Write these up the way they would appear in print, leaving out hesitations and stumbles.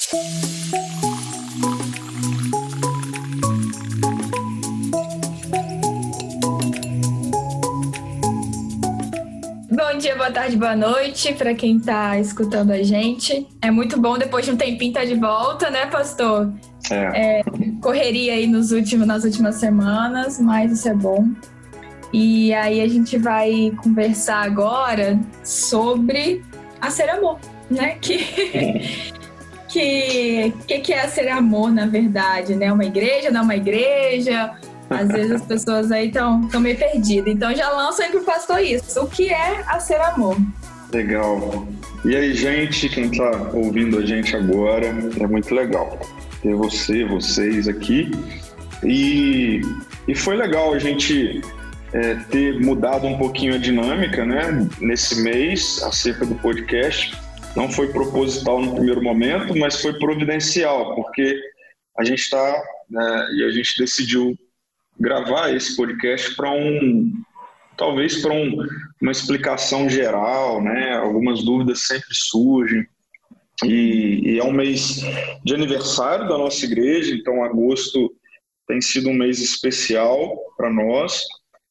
Bom dia, boa tarde, boa noite para quem está escutando a gente. É muito bom depois de um tempinho estar de volta, né, pastor? Correria aí nas últimas semanas, mas isso é bom. E aí a gente vai conversar agora sobre a Ser Amor, né? Que é a Ser Amor, na verdade, né? Uma igreja, não é uma igreja? Às vezes as pessoas aí estão meio perdidas. Então já lanço aí pro pastor isso. O que é a Ser Amor? Legal. E aí, gente, quem está ouvindo a gente agora, é muito legal ter vocês aqui. E foi legal a gente ter mudado um pouquinho a dinâmica, né, nesse mês, acerca do podcast. Não foi proposital no primeiro momento, mas foi providencial, porque a gente está, e a gente decidiu gravar esse podcast talvez para uma explicação geral, né? Algumas dúvidas sempre surgem. E é um mês de aniversário da nossa igreja, então agosto tem sido um mês especial para nós.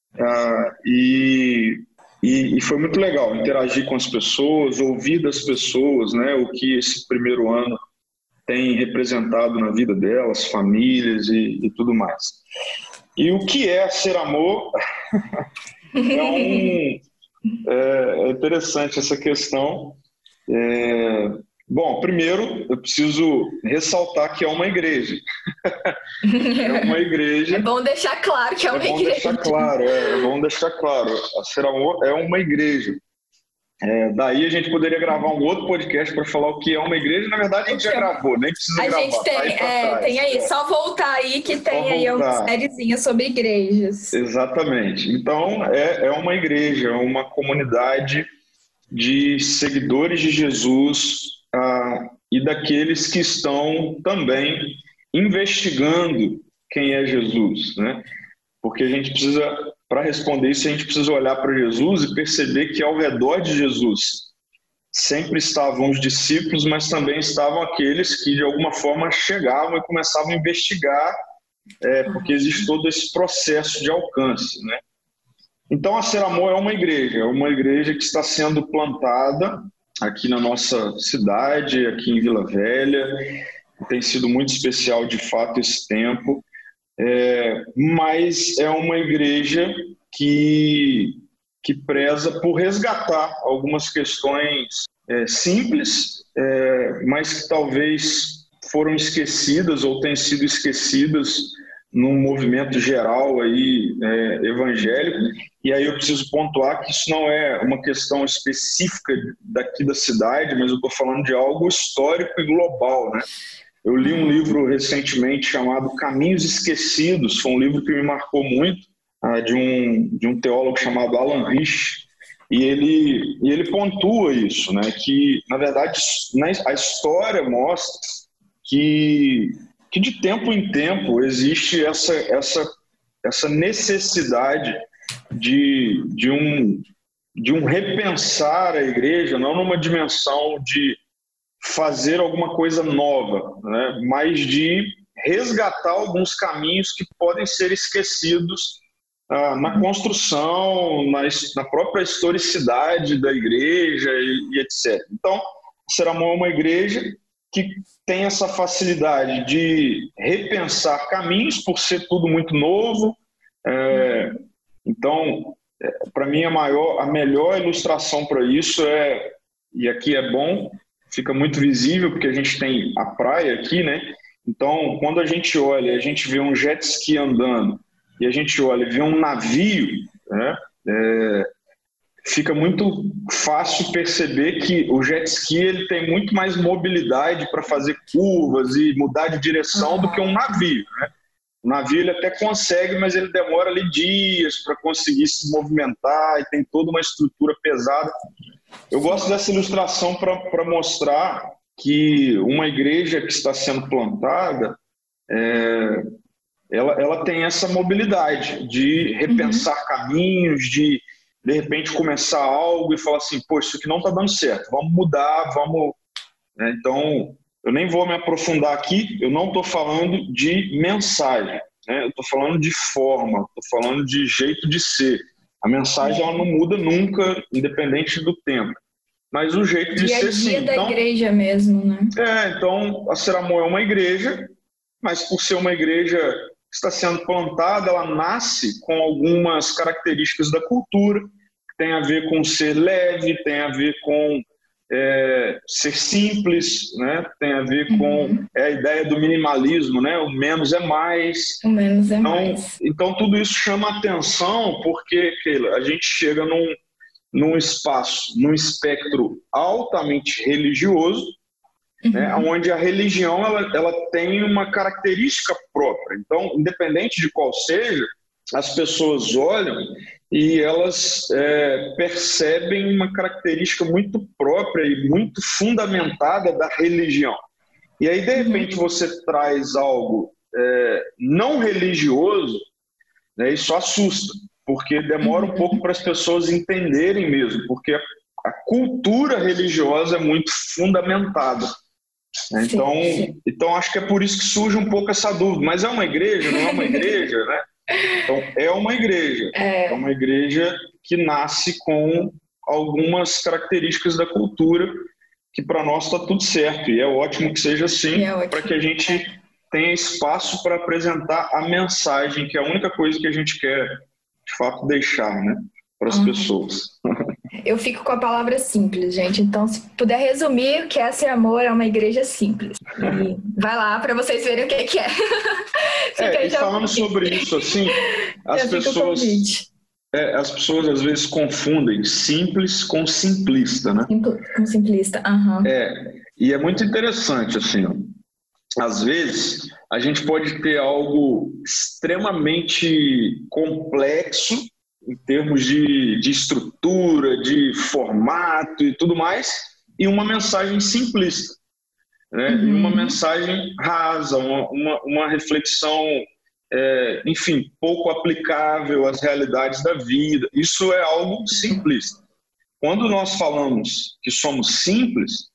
E foi muito legal interagir com as pessoas, ouvir das pessoas, né? O que esse primeiro ano tem representado na vida delas, famílias e tudo mais. E o que é Ser Amor? É interessante essa questão. Bom, primeiro eu preciso ressaltar que é uma igreja. É uma igreja. É bom deixar claro que é uma igreja. É bom deixar claro. A Ser Amor é uma igreja. Daí a gente poderia gravar um outro podcast para falar o que é uma igreja. Na verdade, a gente já gravou, nem precisa gravar. A gente tem aí, só voltar aí que tem aí uma sériezinha sobre igrejas. Exatamente. Então, é uma igreja, uma comunidade de seguidores de Jesus e daqueles que estão também investigando quem é Jesus, né? Porque a gente precisa, para responder isso, a gente precisa olhar para Jesus e perceber que ao redor de Jesus sempre estavam os discípulos, mas também estavam aqueles que de alguma forma chegavam e começavam a investigar, porque existe todo esse processo de alcance, né? Então a Ser Amor é uma igreja que está sendo plantada aqui na nossa cidade, aqui em Vila Velha. Tem sido muito especial de fato esse tempo. Mas é uma igreja que preza por resgatar algumas questões simples, mas que talvez foram esquecidas ou têm sido esquecidas num movimento geral aí, evangélico. E aí eu preciso pontuar que isso não é uma questão específica daqui da cidade, mas eu estou falando de algo histórico e global, né? Eu li um livro recentemente chamado Caminhos Esquecidos, foi um livro que me marcou muito, de um teólogo chamado Alan Hirsch, e ele pontua isso, né? Que, na verdade, a história mostra que de tempo em tempo existe essa necessidade de um repensar a igreja, não numa dimensão de fazer alguma coisa nova, né? Mas de resgatar alguns caminhos que podem ser esquecidos na construção, na própria historicidade da igreja e etc. Então, Ser Amor é uma igreja que tem essa facilidade de repensar caminhos por ser tudo muito novo. Então, para mim, a melhor ilustração para isso e aqui é bom, fica muito visível, porque a gente tem a praia aqui, né? Então, quando a gente olha, a gente vê um jet ski andando, e a gente olha e vê um navio, né? Fica muito fácil perceber que o jet ski ele tem muito mais mobilidade para fazer curvas e mudar de direção do que um navio, né? O navio ele até consegue, mas ele demora ali dias para conseguir se movimentar e tem toda uma estrutura pesada. Eu gosto dessa ilustração para mostrar que uma igreja que está sendo plantada, ela tem essa mobilidade de repensar caminhos, de repente começar algo e falar assim, pô, isso aqui não está dando certo, vamos mudar, vamos... Então, eu nem vou me aprofundar aqui, eu não estou falando de mensagem, né? Eu estou falando de forma, estou falando de jeito de ser. A mensagem ela não muda nunca, independente do tempo. Mas o jeito de ser, sim. Dia a dia da igreja mesmo, né? Então a Ceramon é uma igreja, mas por ser uma igreja que está sendo plantada, ela nasce com algumas características da cultura, que tem a ver com ser leve, tem a ver com ser simples, né? Tem a ver com a ideia do minimalismo, né? O menos é mais. O menos é mais. Então tudo isso chama atenção porque, Keila, a gente chega num espaço, num espectro altamente religioso, né? Onde a religião ela tem uma característica própria. Então, independente de qual seja, as pessoas olham e elas percebem uma característica muito própria e muito fundamentada da religião. E aí, de repente, você traz algo não religioso, né? Isso assusta, porque demora um pouco para as pessoas entenderem mesmo, porque a cultura religiosa é muito fundamentada. Então, acho que é por isso que surge um pouco essa dúvida. Mas é uma igreja? Não é uma igreja? Né? Então, é uma igreja. É uma igreja que nasce com algumas características da cultura que para nós está tudo certo. E é ótimo que seja assim, para que a gente tenha espaço para apresentar a mensagem, que é a única coisa que a gente quer, de fato, deixar, né, para as pessoas. Eu fico com a palavra simples, gente. Então, se puder resumir, o que é ser amor é uma igreja simples. E vai lá para vocês verem o que é. E falando sobre isso, assim, as pessoas às vezes confundem simples com simplista, né? Com simplista, E é muito interessante, assim, ó. Às vezes a gente pode ter algo extremamente complexo em termos de estrutura, de formato e tudo mais, e uma mensagem simplista, né? E uma mensagem rasa, uma reflexão, enfim, pouco aplicável às realidades da vida. Isso é algo simplista. Quando nós falamos que somos simples,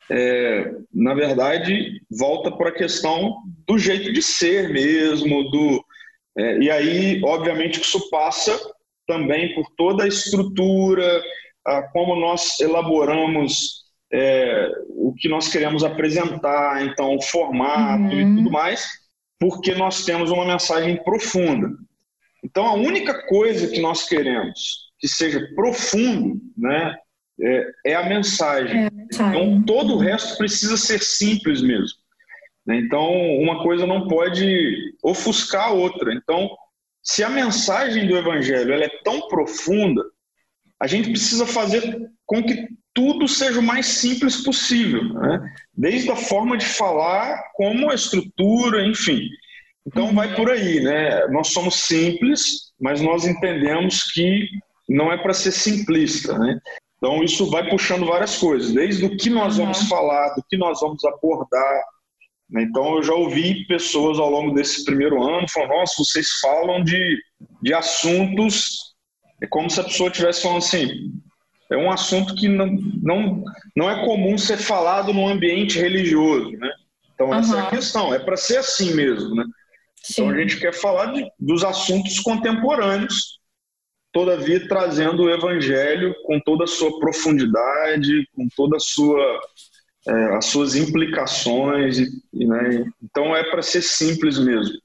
na verdade, volta para a questão do jeito de ser mesmo, e aí, obviamente, que isso passa também por toda a estrutura, como nós elaboramos o que nós queremos apresentar, então o formato e tudo mais, porque nós temos uma mensagem profunda. Então a única coisa que nós queremos que seja profundo, né, é a mensagem. Então todo o resto precisa ser simples mesmo. Então uma coisa não pode ofuscar a outra. Então, se a mensagem do Evangelho ela é tão profunda, a gente precisa fazer com que tudo seja o mais simples possível, né? Desde a forma de falar, como a estrutura, enfim. Então vai por aí, né? Nós somos simples, mas nós entendemos que não é para ser simplista, né? Então isso vai puxando várias coisas, desde o que nós vamos falar, do que nós vamos abordar. Então eu já ouvi pessoas ao longo desse primeiro ano falando: nossa, vocês falam de assuntos, é como se a pessoa estivesse falando assim, é um assunto que não é comum ser falado num ambiente religioso, né? Então essa é a questão, é para ser assim mesmo, né? Então a gente quer falar dos assuntos contemporâneos, todavia trazendo o Evangelho com toda a sua profundidade, com toda a sua as suas implicações, né? Então é para ser simples mesmo.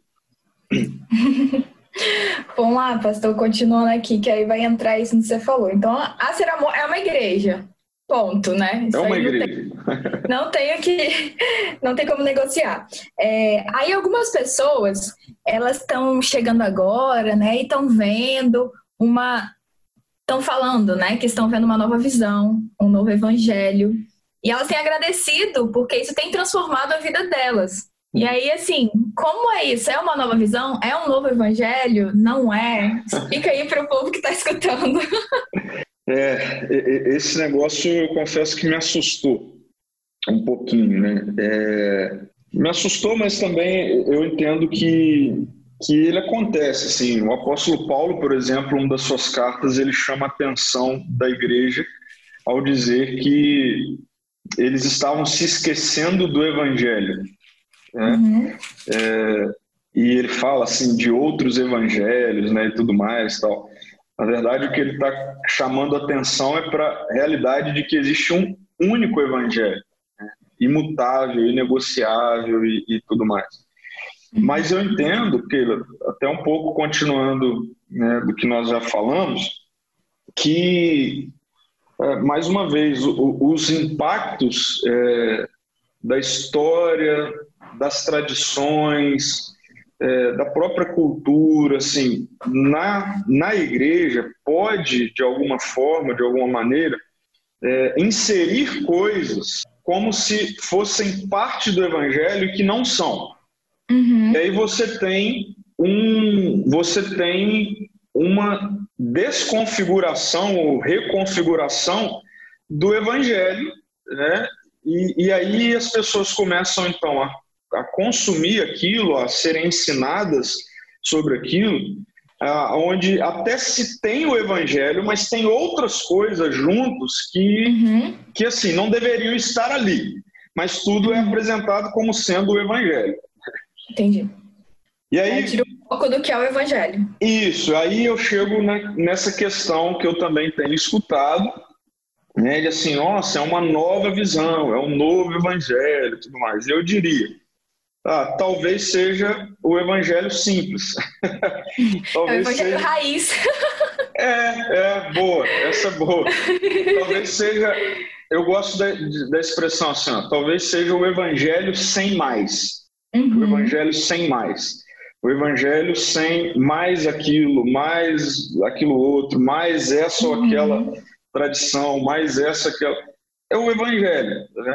Vamos lá, pastor, continuando aqui, que aí vai entrar isso que você falou. Então, a Ceramon é uma igreja, ponto, né? Isso é uma igreja. Não tem como negociar. Aí algumas pessoas, elas estão chegando agora, né, e estão vendo estão falando, né, que estão vendo uma nova visão, um novo evangelho. E elas têm agradecido porque isso tem transformado a vida delas. E aí, assim, como é isso? É uma nova visão? É um novo evangelho? Não é? Explica aí para o povo que está escutando. Esse negócio eu confesso que me assustou um pouquinho, né? Me assustou, mas também eu entendo que ele acontece. Assim, o apóstolo Paulo, por exemplo, uma das suas cartas, ele chama a atenção da igreja ao dizer que eles estavam se esquecendo do evangelho, né? E ele fala assim de outros evangelhos, né, e tudo mais, tal. Na verdade, o que ele está chamando a atenção é para a realidade de que existe um único evangelho, né, imutável, inegociável e tudo mais. Mas eu entendo, que até um pouco continuando, né, do que nós já falamos, que, mais uma vez, os impactos da história, das tradições, da própria cultura, assim, na igreja, pode, de alguma forma, de alguma maneira, inserir coisas como se fossem parte do evangelho e que não são. E aí você tem uma desconfiguração ou reconfiguração do evangelho, né? E aí as pessoas começam, então, a consumir aquilo, a serem ensinadas sobre aquilo, onde até se tem o evangelho, mas tem outras coisas juntos que assim, não deveriam estar ali. Mas tudo é apresentado como sendo o evangelho. Entendi. E aí tira um pouco do que é o evangelho. Isso, aí eu chego nessa questão que eu também tenho escutado, né, de assim, nossa, é uma nova visão, é um novo evangelho e tudo mais. Eu diria, talvez seja o evangelho simples. Talvez é o evangelho raiz. Boa, essa é boa. Talvez seja, eu gosto da expressão assim, talvez seja o evangelho sem mais. O evangelho sem mais. O evangelho sem mais aquilo outro, mais essa ou aquela tradição, mais essa, aquela. É o evangelho, né?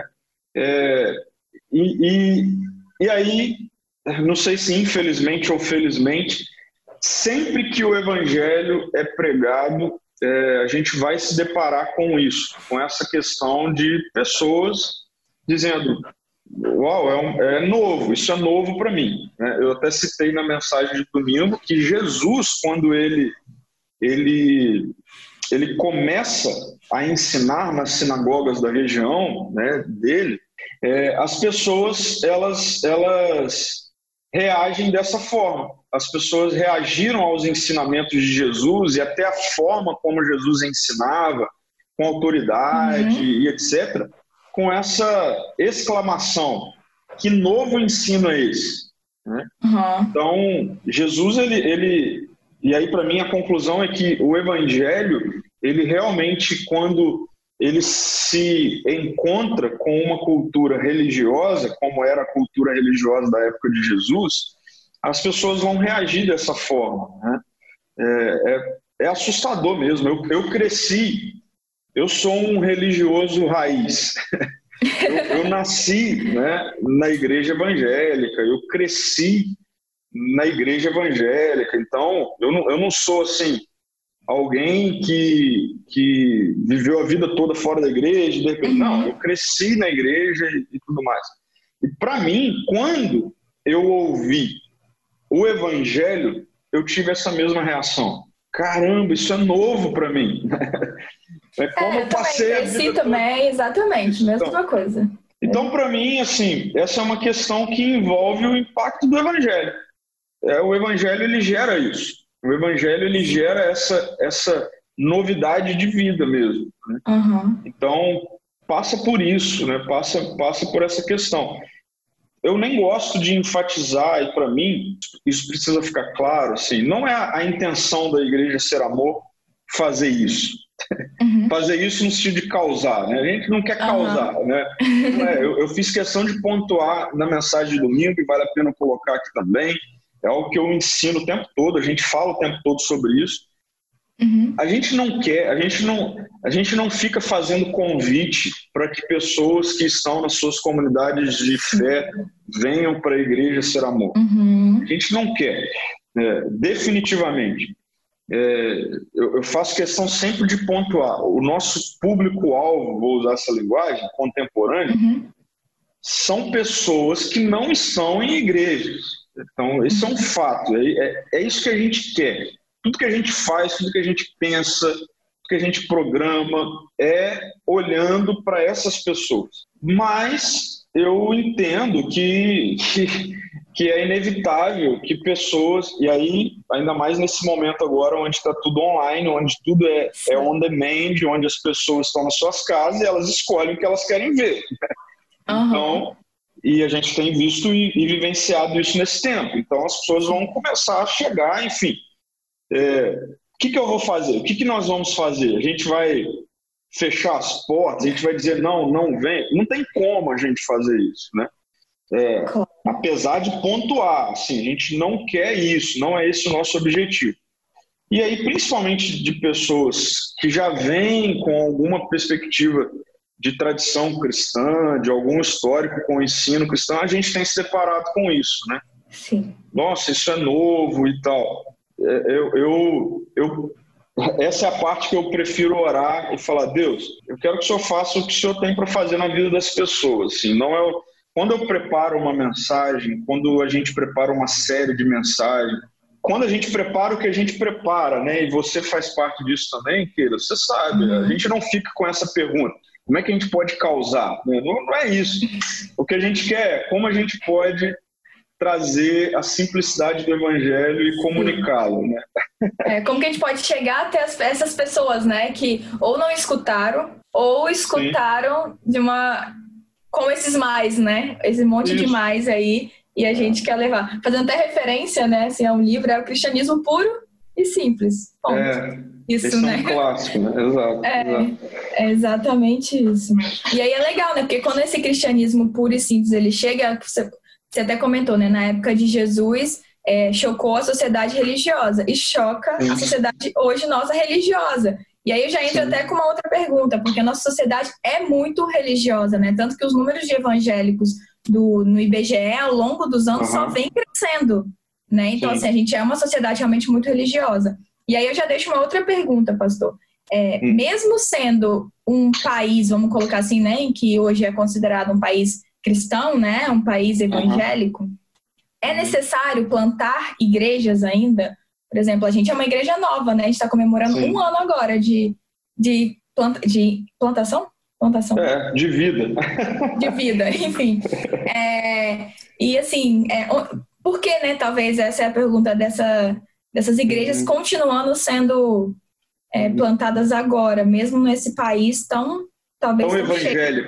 E aí, não sei se infelizmente ou felizmente, sempre que o evangelho é pregado, a gente vai se deparar com isso, com essa questão de pessoas dizendo: uau, é novo, isso é novo para mim, né? Eu até citei na mensagem de domingo que Jesus, quando ele começa a ensinar nas sinagogas da região, né, dele, as pessoas elas reagem dessa forma. As pessoas reagiram aos ensinamentos de Jesus e até a forma como Jesus ensinava, com autoridade e etc., com essa exclamação: que novo ensino é esse? Né? Então, Jesus, e aí para mim a conclusão é que o evangelho, ele realmente, quando ele se encontra com uma cultura religiosa, como era a cultura religiosa da época de Jesus, as pessoas vão reagir dessa forma, né? É assustador mesmo. Eu cresci, eu sou um religioso raiz. Eu nasci, né, na igreja evangélica, eu cresci na igreja evangélica, então eu não sou assim alguém que viveu a vida toda fora da igreja, de repente, não, eu cresci na igreja e tudo mais. E para mim, quando eu ouvi o evangelho, eu tive essa mesma reação. Caramba, isso é novo para mim. É como eu passei a vida também, exatamente, mesma coisa. Então, para mim, assim, essa é uma questão que envolve o impacto do evangelho. O evangelho, ele gera isso. O evangelho, ele gera essa novidade de vida mesmo, né? Então, passa por isso, né? Passa por essa questão. Eu nem gosto de enfatizar, e para mim, isso precisa ficar claro, assim, não é a intenção da igreja Ser Amor fazer isso. Fazer isso no sentido de causar, né? A gente não quer causar, né? Eu fiz questão de pontuar na mensagem de domingo, e vale a pena colocar aqui também. É algo que eu ensino o tempo todo, a gente fala o tempo todo sobre isso. A gente não quer, a gente não fica fazendo convite para que pessoas que estão nas suas comunidades de fé venham para a igreja Ser Amor. A gente não quer, definitivamente. Eu faço questão sempre de pontuar: o nosso público-alvo, vou usar essa linguagem contemporânea, são pessoas que não estão em igrejas. Então, esse é um fato, é isso que a gente quer. Tudo que a gente faz, tudo que a gente pensa, que a gente programa é olhando para essas pessoas. Mas eu entendo que é inevitável que pessoas, e aí, ainda mais nesse momento agora, onde está tudo online, onde tudo é on demand, onde as pessoas estão nas suas casas e elas escolhem o que elas querem ver. Uhum. Então, e a gente tem visto e vivenciado isso nesse tempo. Então, as pessoas vão começar a chegar, enfim. O que eu vou fazer? O que nós vamos fazer? A gente vai fechar as portas? A gente vai dizer, não vem? Não tem como a gente fazer isso, né? Apesar de pontuar, assim, a gente não quer isso, não é esse o nosso objetivo. E aí, principalmente de pessoas que já vêm com alguma perspectiva de tradição cristã, de algum histórico com o ensino cristão, a gente tem se deparado com isso, né? Sim. Nossa, isso é novo e tal. Essa é a parte que eu prefiro orar e falar, Deus, eu quero que o Senhor faça o que o Senhor tem para fazer na vida das pessoas. Assim, não é quando eu preparo uma mensagem, quando a gente prepara uma série de mensagens, quando a gente prepara o que a gente prepara, né? E você faz parte disso também, Keila, você sabe, a gente não fica com essa pergunta. Como é que a gente pode causar? Não é isso. O que a gente quer é como a gente pode trazer a simplicidade do evangelho e comunicá-lo, né? Como que a gente pode chegar até essas pessoas, né, que ou não escutaram, ou escutaram com esses mais, né? Esse monte de mais aí, e a gente quer levar. Fazendo até referência, né, assim, a um livro, é o Cristianismo Puro e Simples. Ponto. Isso, esse né? É um clássico, né? Exato. É exatamente isso. E aí é legal, né? Porque quando esse cristianismo puro e simples, ele chega, você até comentou, né? Na época de Jesus, chocou a sociedade religiosa e choca a sociedade hoje nossa religiosa. E aí eu já entro até com uma outra pergunta, porque a nossa sociedade é muito religiosa, né? Tanto que os números de evangélicos no IBGE, ao longo dos anos, só vem crescendo, né? Então, assim, a gente é uma sociedade realmente muito religiosa. E aí eu já deixo uma outra pergunta, pastor. Mesmo sendo um país, vamos colocar assim, né, em que hoje é considerado um país cristão, né, um país evangélico, é necessário plantar igrejas ainda? Por exemplo, a gente é uma igreja nova, né? A gente está comemorando um ano agora de plantação? Plantação. De vida. De vida, enfim. E assim, por que, né, talvez essa é a pergunta dessas igrejas continuando sendo plantadas agora, mesmo nesse país tão evangélico.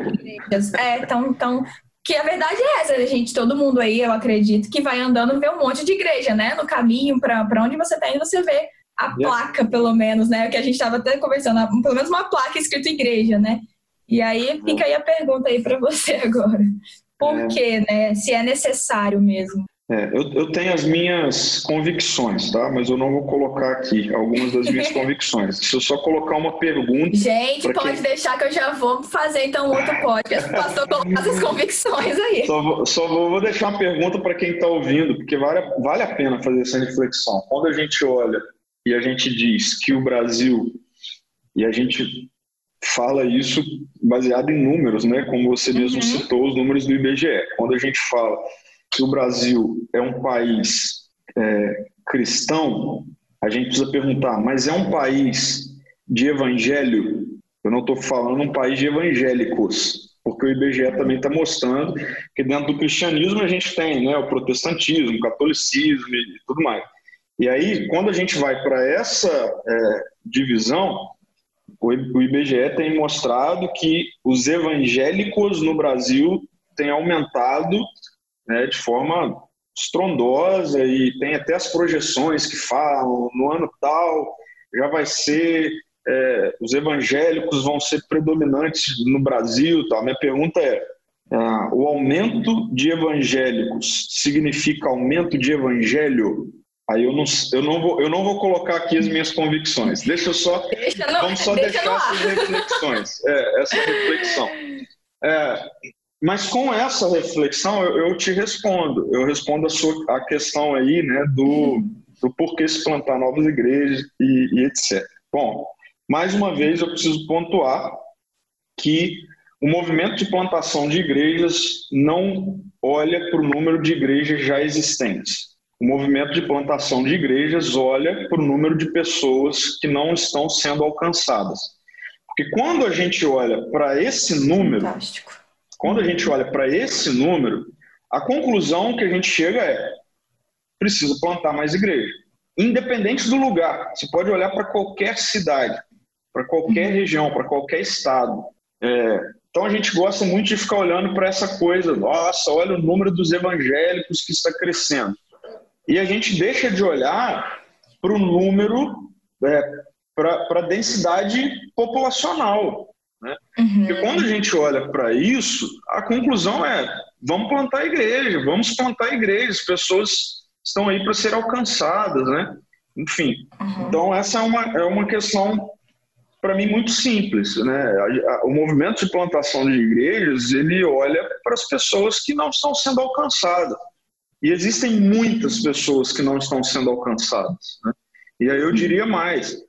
Que a verdade é essa, gente, todo mundo aí, eu acredito, que vai andando vê um monte de igreja, né? No caminho para onde você está indo, você vê a placa, pelo menos, né? Que a gente estava até conversando, pelo menos uma placa escrito igreja, né? E aí fica aí a pergunta aí para você agora. Por quê, né? Se é necessário mesmo. Eu tenho as minhas convicções, tá? Mas eu não vou colocar aqui algumas das minhas convicções. Deixa eu só colocar uma pergunta. Gente, pode deixar que eu já vou fazer então outro podcast. O pastor colocar essas convicções aí. Só vou deixar uma pergunta para quem está ouvindo, porque vale a pena fazer essa reflexão. Quando a gente olha e a gente diz que o Brasil, e a gente fala isso baseado em números, né? Como você mesmo citou os números do IBGE. Quando a gente fala que o Brasil é um país cristão, a gente precisa perguntar, mas é um país de evangelho? Eu não estou falando um país de evangélicos, porque o IBGE também está mostrando que dentro do cristianismo a gente tem, né, o protestantismo, o catolicismo e tudo mais. E aí, quando a gente vai para essa divisão, o IBGE tem mostrado que os evangélicos no Brasil têm aumentado, né, de forma estrondosa, e tem até as projeções que falam, no ano tal já vai ser, os evangélicos vão ser predominantes no Brasil. Tal. Minha pergunta o aumento de evangélicos significa aumento de evangelho? Aí eu não vou colocar aqui as minhas convicções. Vamos só deixar essas reflexões, essa reflexão. Mas com essa reflexão eu te respondo. Eu respondo a questão aí, né, do porquê se plantar novas igrejas e etc. Bom, mais uma vez eu preciso pontuar que o movimento de plantação de igrejas não olha para o número de igrejas já existentes. o movimento de plantação de igrejas olha para o número de pessoas que não estão sendo alcançadas. Porque quando a gente olha para esse número, Fantástico. quando a gente olha para esse número, a conclusão que a gente chega é: precisa plantar mais igreja. Independente do lugar, você pode olhar para qualquer cidade, para qualquer região, para qualquer estado. Então a gente gosta muito de ficar olhando para essa coisa, nossa, olha o número dos evangélicos que está crescendo. E a gente deixa de olhar para o número, para a densidade populacional. Né? Porque quando a gente olha para isso, a conclusão é: vamos plantar igreja, vamos plantar igrejas, pessoas estão aí para serem alcançadas, né? Enfim, então essa é uma questão, para mim, muito simples, né? O movimento de plantação de igrejas, ele olha para as pessoas que não estão sendo alcançadas. E existem muitas pessoas que não estão sendo alcançadas, né? E aí eu diria mais,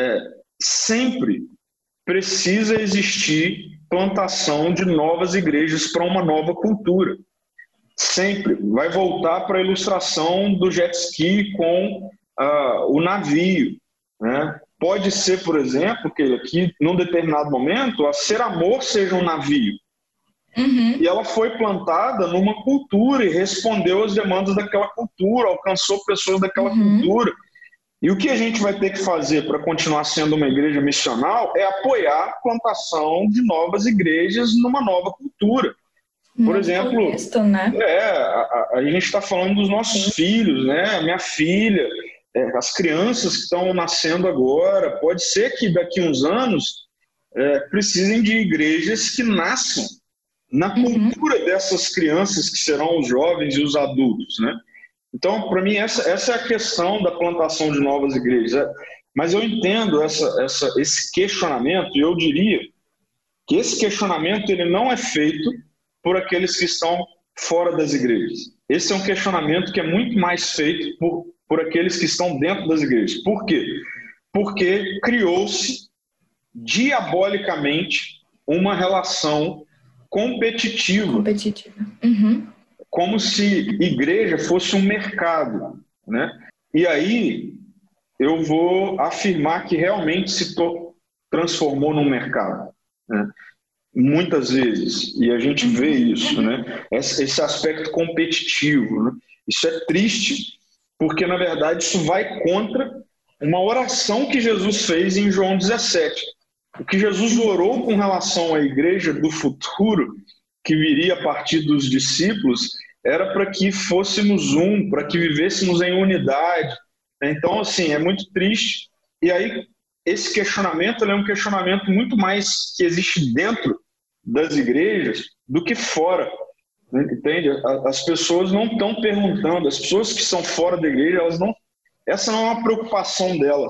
sempre precisa existir plantação de novas igrejas para uma nova cultura. Sempre. Vai voltar para a ilustração do jet ski com o navio, né? Pode ser, por exemplo, que num determinado momento a Ser Amor seja um navio. E ela foi plantada numa cultura e respondeu às demandas daquela cultura, alcançou pessoas daquela cultura. E o que a gente vai ter que fazer para continuar sendo uma igreja missional é apoiar a plantação de novas igrejas numa nova cultura. Por exemplo, contexto, né? A gente está falando dos nossos filhos, né? A minha filha, as crianças que estão nascendo agora. Pode ser que daqui a uns anos precisem de igrejas que nasçam na cultura dessas crianças que serão os jovens e os adultos, né? Então, para mim, essa é a questão da plantação de novas igrejas. Mas eu entendo esse questionamento, e eu diria que esse questionamento ele não é feito por aqueles que estão fora das igrejas. Esse é um questionamento que é muito mais feito por aqueles que estão dentro das igrejas. Por quê? Porque criou-se diabolicamente uma relação competitiva. Como se igreja fosse um mercado, né? E aí eu vou afirmar que realmente se transformou num mercado, né? Muitas vezes, e a gente vê isso, né? Esse aspecto competitivo, né? Isso é triste, porque na verdade isso vai contra uma oração que Jesus fez em João 17. O que Jesus orou com relação à igreja do futuro, que viria a partir dos discípulos, era para que fôssemos para que vivêssemos em unidade. Então, assim, é muito triste. E aí, esse questionamento é um questionamento muito mais que existe dentro das igrejas do que fora. Entende? As pessoas não estão perguntando, as pessoas que estão fora da igreja, essa não é uma preocupação delas.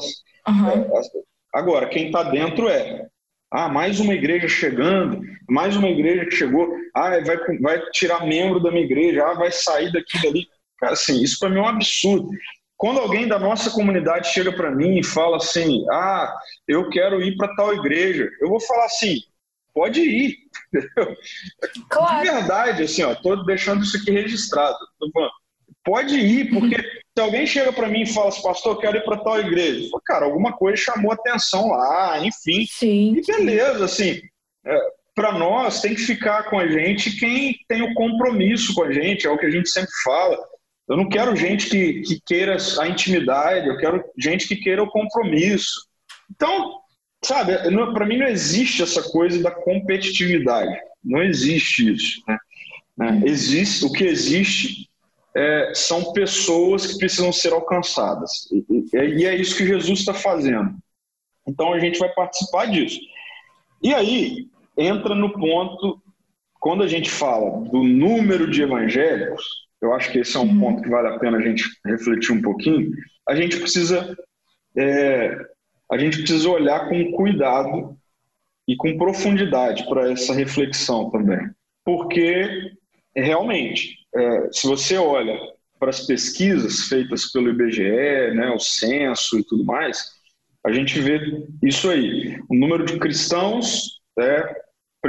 Agora, quem está dentro mais uma igreja chegando, mais uma igreja que chegou, vai tirar membro da minha igreja, vai sair daqui dali. Cara, assim, isso para mim é um absurdo. Quando alguém da nossa comunidade chega para mim e fala assim, eu quero ir para tal igreja, eu vou falar assim, pode ir. Claro. De verdade, assim, estou deixando isso aqui registrado. Tô falando, pode ir, porque se alguém chega para mim e fala assim, pastor, eu quero ir para tal igreja, eu falo, cara, alguma coisa chamou atenção lá, enfim. Sim. E beleza, assim, para nós tem que ficar com a gente quem tem o compromisso com a gente, é o que a gente sempre fala. Eu não quero gente que queira a intimidade, eu quero gente que queira o compromisso. Então, sabe, para mim não existe essa coisa da competitividade. Não existe isso, né? O que existe são pessoas que precisam ser alcançadas. E é isso que Jesus está fazendo. Então a gente vai participar disso. E aí entra no ponto, quando a gente fala do número de evangélicos, eu acho que esse é um ponto que vale a pena a gente refletir um pouquinho. A gente precisa olhar com cuidado e com profundidade para essa reflexão também. Porque, realmente, se você olha para as pesquisas feitas pelo IBGE, né, o censo e tudo mais, a gente vê isso aí. O número de cristãos é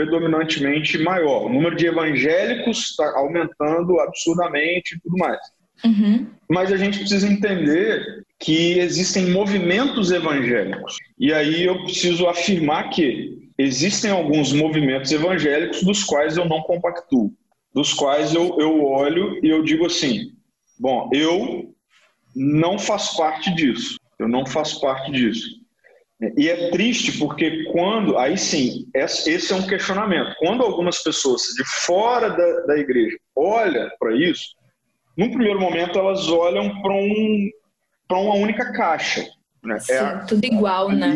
predominantemente maior. O número de evangélicos está aumentando absurdamente e tudo mais. Mas a gente precisa entender que existem movimentos evangélicos. E aí eu preciso afirmar que existem alguns movimentos evangélicos dos quais eu não compactuo, dos quais eu olho e eu digo assim, bom, eu não faço parte disso, eu não faço parte disso. E é triste porque aí sim, esse é um questionamento, quando algumas pessoas de fora da igreja olham para isso, num primeiro momento elas olham para uma única caixa. Né? Sim, tudo igual, né?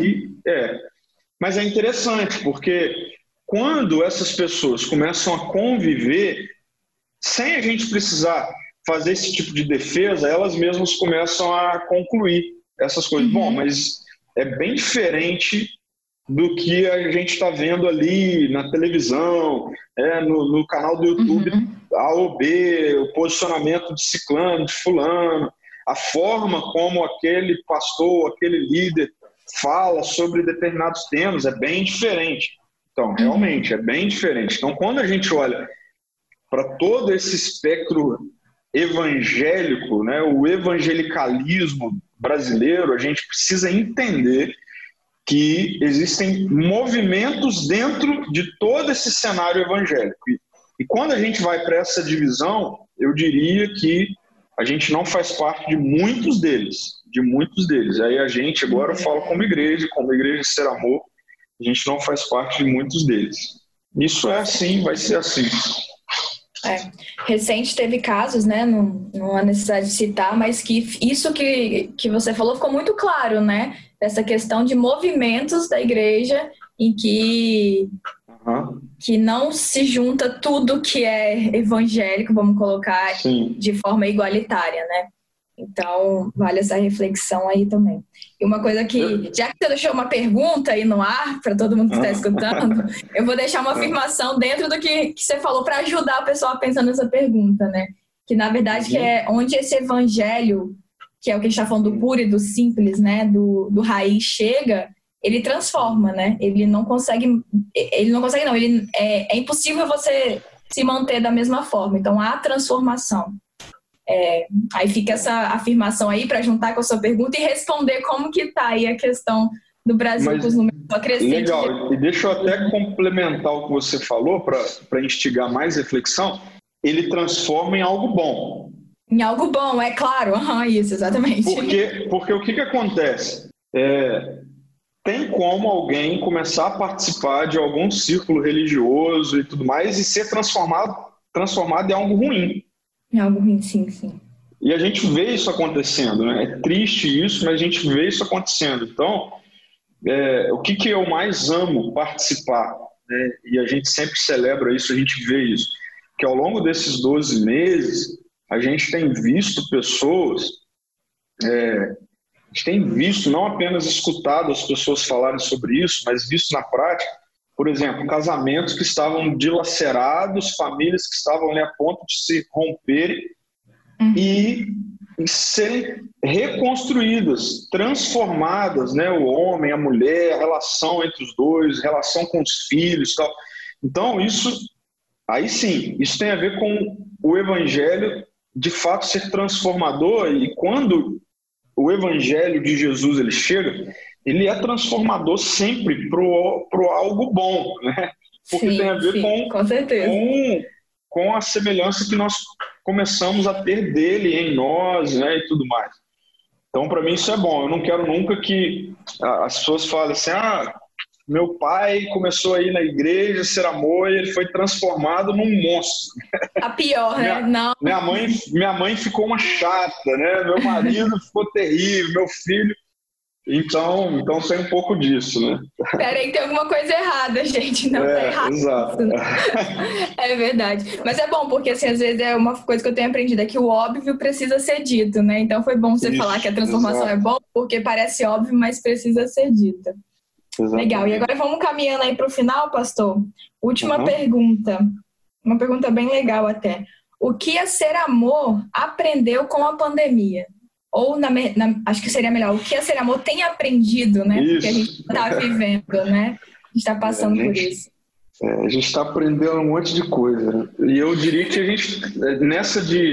Mas é interessante, porque quando essas pessoas começam a conviver, sem a gente precisar fazer esse tipo de defesa, elas mesmas começam a concluir essas coisas. Bom, mas é bem diferente do que a gente está vendo ali na televisão, no canal do YouTube, A ou B, o posicionamento de ciclano, de fulano, a forma como aquele pastor, aquele líder fala sobre determinados temas é bem diferente. Então, realmente, é bem diferente. Então, quando a gente olha para todo esse espectro evangélico, né, o evangelicalismo brasileiro, a gente precisa entender que existem movimentos dentro de todo esse cenário evangélico. E quando a gente vai para essa divisão, eu diria que a gente não faz parte de muitos deles. Aí a gente, agora eu falo como igreja Ser Amor, a gente não faz parte de muitos deles. Isso é assim, vai ser assim. Recente teve casos, né? Não há necessidade de citar, mas que isso que você falou ficou muito claro, né? Essa questão de movimentos da igreja em que não se junta tudo que é evangélico, vamos colocar, de forma igualitária, né? Então, vale essa reflexão aí também. E uma coisa que, já que você deixou uma pergunta aí no ar, para todo mundo que está escutando, eu vou deixar uma afirmação dentro do que você falou para ajudar a pessoa a pensar nessa pergunta, né? Que, na verdade, que é onde esse evangelho, que é o que a gente está falando do puro e do simples, né? Do raiz chega, ele transforma, né? Ele não consegue não, é impossível você se manter da mesma forma. Então, há transformação. Aí fica essa afirmação aí para juntar com a sua pergunta e responder como que está aí a questão do Brasil com os números crescentes. Legal, e deixa eu até complementar o que você falou para instigar mais reflexão. Ele transforma em algo bom. Em algo bom, é claro. Isso, exatamente. Porque o que acontece? Tem como alguém começar a participar de algum círculo religioso e tudo mais e ser transformado em algo ruim. É algo ruim, sim. E a gente vê isso acontecendo, né? É triste isso, mas a gente vê isso acontecendo. Então, o que eu mais amo participar, né? E a gente sempre celebra isso, a gente vê isso, que ao longo desses 12 meses, a gente tem visto pessoas, a gente tem visto, não apenas escutado as pessoas falarem sobre isso, mas visto na prática, por exemplo, casamentos que estavam dilacerados, famílias que estavam ali a ponto de se romperem e serem reconstruídas, transformadas, né? O homem, a mulher, a relação entre os dois, relação com os filhos, tal. Então, aí sim, isso tem a ver com o evangelho de fato ser transformador, e quando o evangelho de Jesus ele chega, ele é transformador sempre pro algo bom, né? Porque tem a ver com a semelhança que nós começamos a ter dele em nós, né, e tudo mais. Então, para mim, isso é bom. Eu não quero nunca que as pessoas falem assim, meu pai começou a ir na igreja, Ser Amor, e ele foi transformado num monstro. A pior, né? Não. Minha mãe ficou uma chata, né? Meu marido ficou terrível, meu filho... Então tem um pouco disso, né? Peraí, tem alguma coisa errada, gente. Não tá errado. Exato. É verdade. Mas é bom, porque assim, às vezes é uma coisa que eu tenho aprendido, é que o óbvio precisa ser dito, né? Então foi bom você falar que a transformação é bom, porque parece óbvio, mas precisa ser dita. Exatamente. Legal. E agora vamos caminhando aí para o final, pastor. Última pergunta. Uma pergunta bem legal até. O que a Ser Amor aprendeu com a pandemia? Ou, acho que seria melhor, o que a Ser Amor tem aprendido, né? Porque a gente está vivendo, né? A gente está passando por isso. A gente está aprendendo um monte de coisa. Né? E eu diria que a gente, nessa de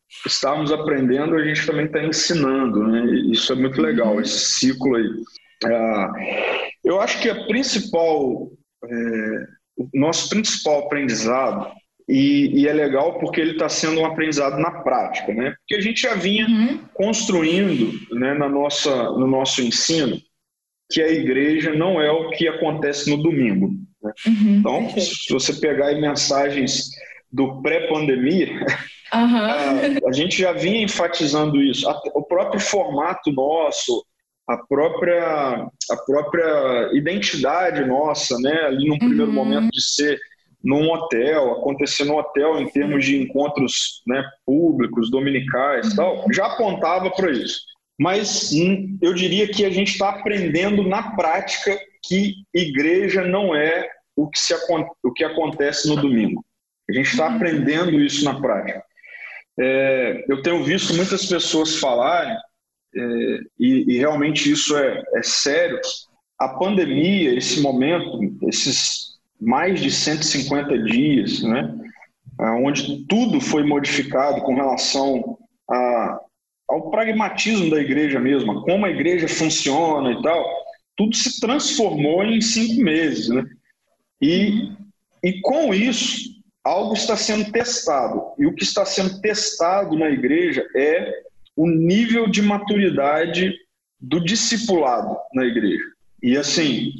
estarmos aprendendo, a gente também está ensinando, né? Isso é muito legal, esse ciclo aí. Eu acho que o nosso principal aprendizado, e é legal porque ele está sendo um aprendizado na prática, né? Porque a gente já vinha construindo, né, no nosso ensino, que a igreja não é o que acontece no domingo, né? Então, se você pegar aí mensagens do pré-pandemia, a gente já vinha enfatizando isso. O próprio formato nosso, a própria identidade nossa, né? Ali num primeiro momento de ser num hotel, acontecer no hotel em termos de encontros, né, públicos, dominicais e tal, já apontava para isso. Mas eu diria que a gente está aprendendo na prática que igreja não é o que acontece no domingo. A gente está aprendendo isso na prática. Eu tenho visto muitas pessoas falarem, e realmente isso é sério, a pandemia, esse momento, esses mais de 150 dias, né, onde tudo foi modificado com relação ao pragmatismo da igreja mesmo, como a igreja funciona e tal, tudo se transformou em 5 meses, né? E com isso, algo está sendo testado. E o que está sendo testado na igreja é o nível de maturidade do discipulado na igreja. E assim,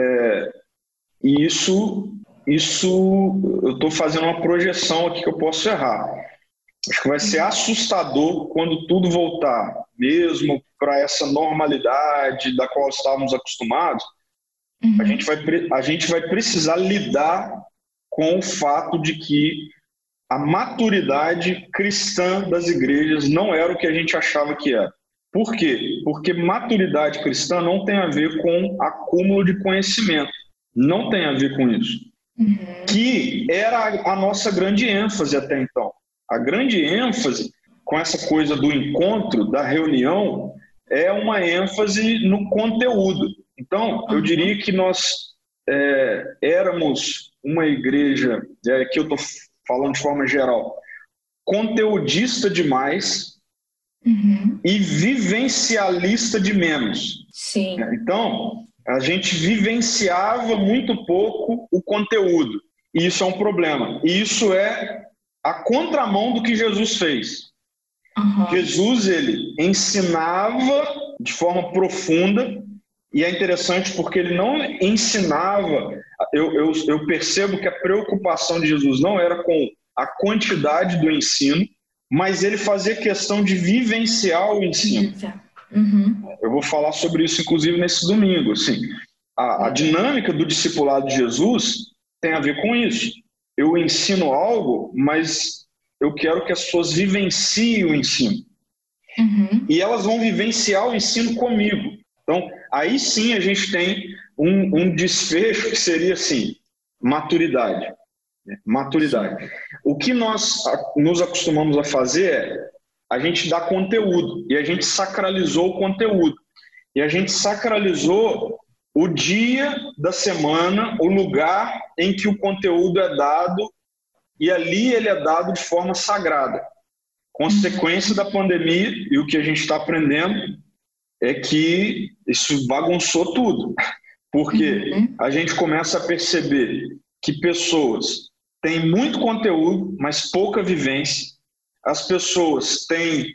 isso eu estou fazendo uma projeção aqui que eu posso errar. Acho que vai ser assustador quando tudo voltar, mesmo para essa normalidade da qual estávamos acostumados. A gente vai precisar lidar com o fato de que a maturidade cristã das igrejas não era o que a gente achava que era. Por quê? Porque maturidade cristã não tem a ver com acúmulo de conhecimento. Não tem a ver com isso. Que era a nossa grande ênfase até então. A grande ênfase com essa coisa do encontro, da reunião, é uma ênfase no conteúdo. Então, eu diria que nós éramos uma igreja, que eu estou falando de forma geral, conteudista demais e vivencialista de menos. Sim. Então, a gente vivenciava muito pouco o conteúdo. E isso é um problema. E isso é a contramão do que Jesus fez. Jesus, ele ensinava de forma profunda, e é interessante porque ele não ensinava. Eu percebo que a preocupação de Jesus não era com a quantidade do ensino, mas ele fazia questão de vivenciar o ensino. Eu vou falar sobre isso, inclusive, nesse domingo. Assim, a dinâmica do discipulado de Jesus tem a ver com isso. Eu ensino algo, mas eu quero que as pessoas vivenciem o ensino. E elas vão vivenciar o ensino comigo. Então, aí sim a gente tem um desfecho que seria assim, maturidade. Maturidade. O que nós nos acostumamos a fazer é a gente dá conteúdo, e a gente sacralizou o conteúdo. E a gente sacralizou o dia da semana, o lugar em que o conteúdo é dado, e ali ele é dado de forma sagrada. Consequência da pandemia, e o que a gente está aprendendo, é que isso bagunçou tudo. Porque a gente começa a perceber que pessoas têm muito conteúdo, mas pouca vivência. As pessoas têm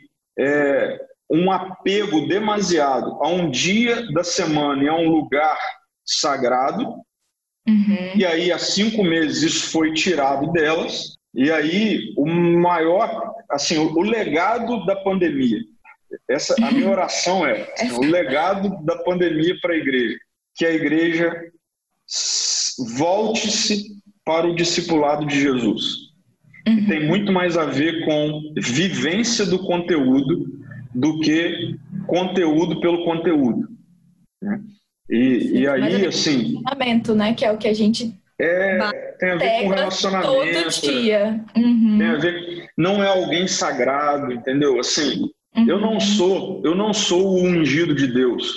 um apego demasiado a um dia da semana e a um lugar sagrado, e aí há 5 meses isso foi tirado delas, e aí o maior, assim, o legado da pandemia, a minha oração o legado da pandemia para a igreja, que a igreja volte-se para o discipulado de Jesus. E tem muito mais a ver com vivência do conteúdo do que conteúdo pelo conteúdo, né? E aí, assim... né? Que é o que a gente tem a ver com relacionamento. Todo dia. Tem a ver... Não é alguém sagrado, entendeu? Assim, eu não sou o ungido de Deus.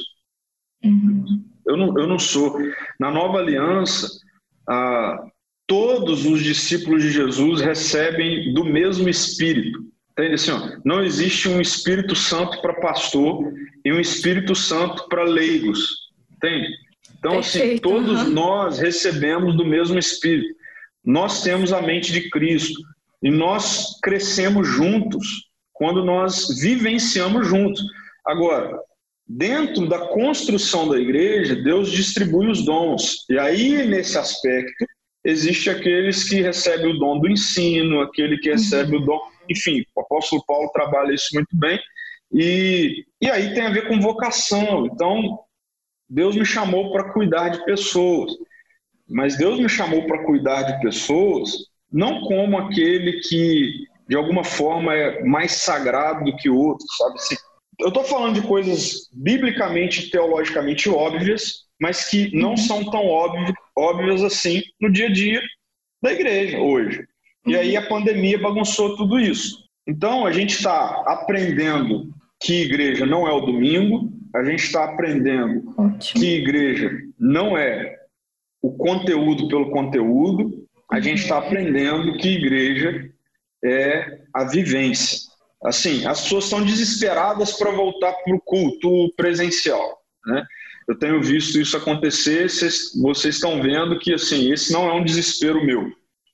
Eu não sou. Na Nova Aliança, todos os discípulos de Jesus recebem do mesmo Espírito. Entende? Assim, ó, não existe um Espírito Santo para pastor e um Espírito Santo para leigos. Entende? Então, assim, todos nós recebemos do mesmo Espírito. Nós temos a mente de Cristo e nós crescemos juntos quando nós vivenciamos juntos. Agora, dentro da construção da igreja, Deus distribui os dons. E aí, nesse aspecto, existe aqueles que recebem o dom do ensino, aquele que recebe o dom... Enfim, o apóstolo Paulo trabalha isso muito bem. E aí tem a ver com vocação. Então, Deus me chamou para cuidar de pessoas. Mas Deus me chamou para cuidar de pessoas não como aquele que, de alguma forma, é mais sagrado do que outro, sabe? Assim, eu estou falando de coisas biblicamente, teologicamente óbvias, mas que não são tão óbvias assim no dia a dia da igreja hoje. E aí a pandemia bagunçou tudo isso. Então, a gente está aprendendo que igreja não é o domingo, a gente está aprendendo que igreja não é o conteúdo pelo conteúdo, a gente está aprendendo que igreja é a vivência. Assim, as pessoas estão desesperadas para voltar para o culto presencial, né? Eu tenho visto isso acontecer, vocês estão vendo que assim, esse não é um desespero meu.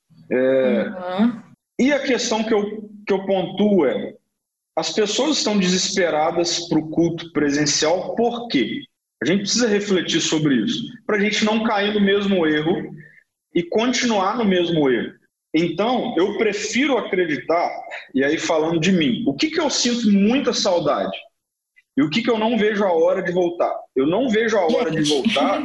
E a questão que eu pontuo é, as pessoas estão desesperadas para o culto presencial, por quê? A gente precisa refletir sobre isso, para a gente não cair no mesmo erro e continuar no mesmo erro. Então, eu prefiro acreditar, e aí falando de mim, o que eu sinto muita saudade e o que eu não vejo a hora de voltar? Eu não vejo a hora de voltar,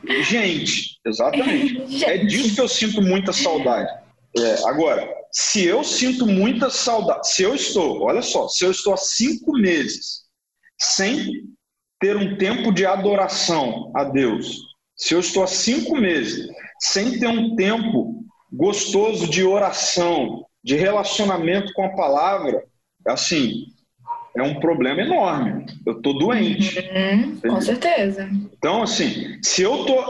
gente, exatamente, é disso que eu sinto muita saudade. Agora, se eu sinto muita saudade, se eu estou há 5 meses sem ter um tempo de adoração a Deus, se eu estou há 5 meses sem ter um tempo gostoso de oração, de relacionamento com a palavra, assim, é um problema enorme. Eu estou doente. Com certeza. Então, assim, se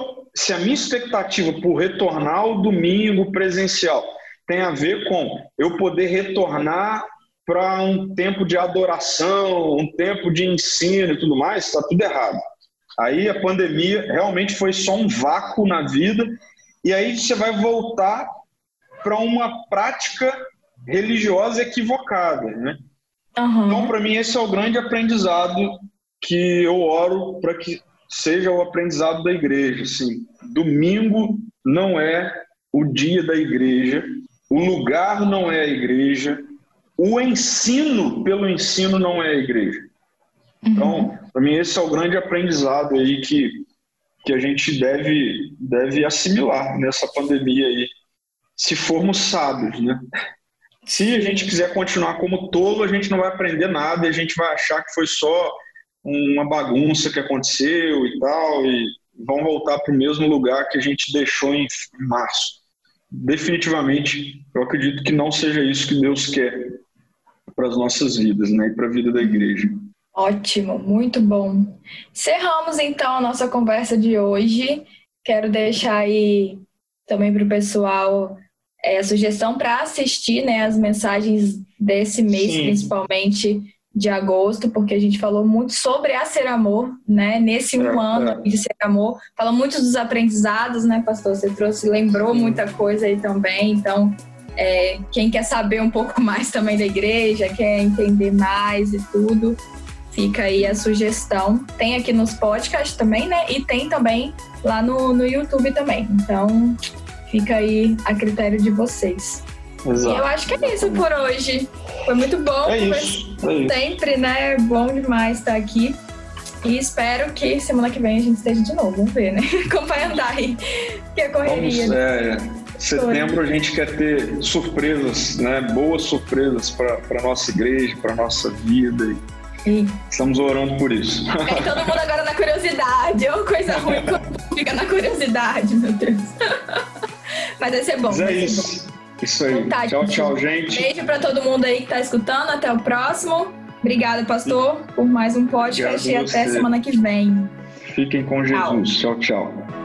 a minha expectativa por retornar ao domingo presencial tem a ver com eu poder retornar para um tempo de adoração, um tempo de ensino e tudo mais, está tudo errado. Aí a pandemia realmente foi só um vácuo na vida e aí você vai voltar para uma prática religiosa equivocada, né? Então, para mim, esse é o grande aprendizado que eu oro para que seja o aprendizado da igreja. Assim, domingo não é o dia da igreja, o lugar não é a igreja, o ensino pelo ensino não é a igreja. Então, para mim, esse é o grande aprendizado aí que a gente deve assimilar nessa pandemia aí, se formos sábios, né? Se a gente quiser continuar como tolo, a gente não vai aprender nada e a gente vai achar que foi só uma bagunça que aconteceu e tal, e vão voltar para o mesmo lugar que a gente deixou em março. Definitivamente, eu acredito que não seja isso que Deus quer para as nossas vidas, né? E para a vida da igreja. Ótimo, muito bom. Encerramos então a nossa conversa de hoje. Quero deixar aí também para o pessoal a sugestão para assistir, né, as mensagens desse mês, principalmente de agosto, porque a gente falou muito sobre a Ser Amor, né, nesse ano de Ser Amor. Fala muito dos aprendizados, né, pastor? Você lembrou muita coisa aí também, então quem quer saber um pouco mais também da igreja, quer entender mais e tudo, fica aí a sugestão. Tem aqui nos podcasts também, né, e tem também lá no YouTube também, então fica aí a critério de vocês. Exato. E eu acho que é isso por hoje. Foi muito bom. Sempre, né? É bom demais estar aqui. E espero que semana que vem a gente esteja de novo. Vamos ver, né? Como vai andar aí. Que é correria. Setembro a gente quer ter surpresas, né? Boas surpresas para a nossa igreja, para a nossa vida. Estamos orando por isso. Todo mundo agora na curiosidade. Ô, coisa ruim quando fica na curiosidade, meu Deus. Mas vai ser bom. Mas isso aí. Então, tá, tchau, gente. Beijo para todo mundo aí que está escutando. Até o próximo. Obrigada, pastor, por mais um podcast. E até semana que vem. Fiquem com Jesus. Tchau, tchau.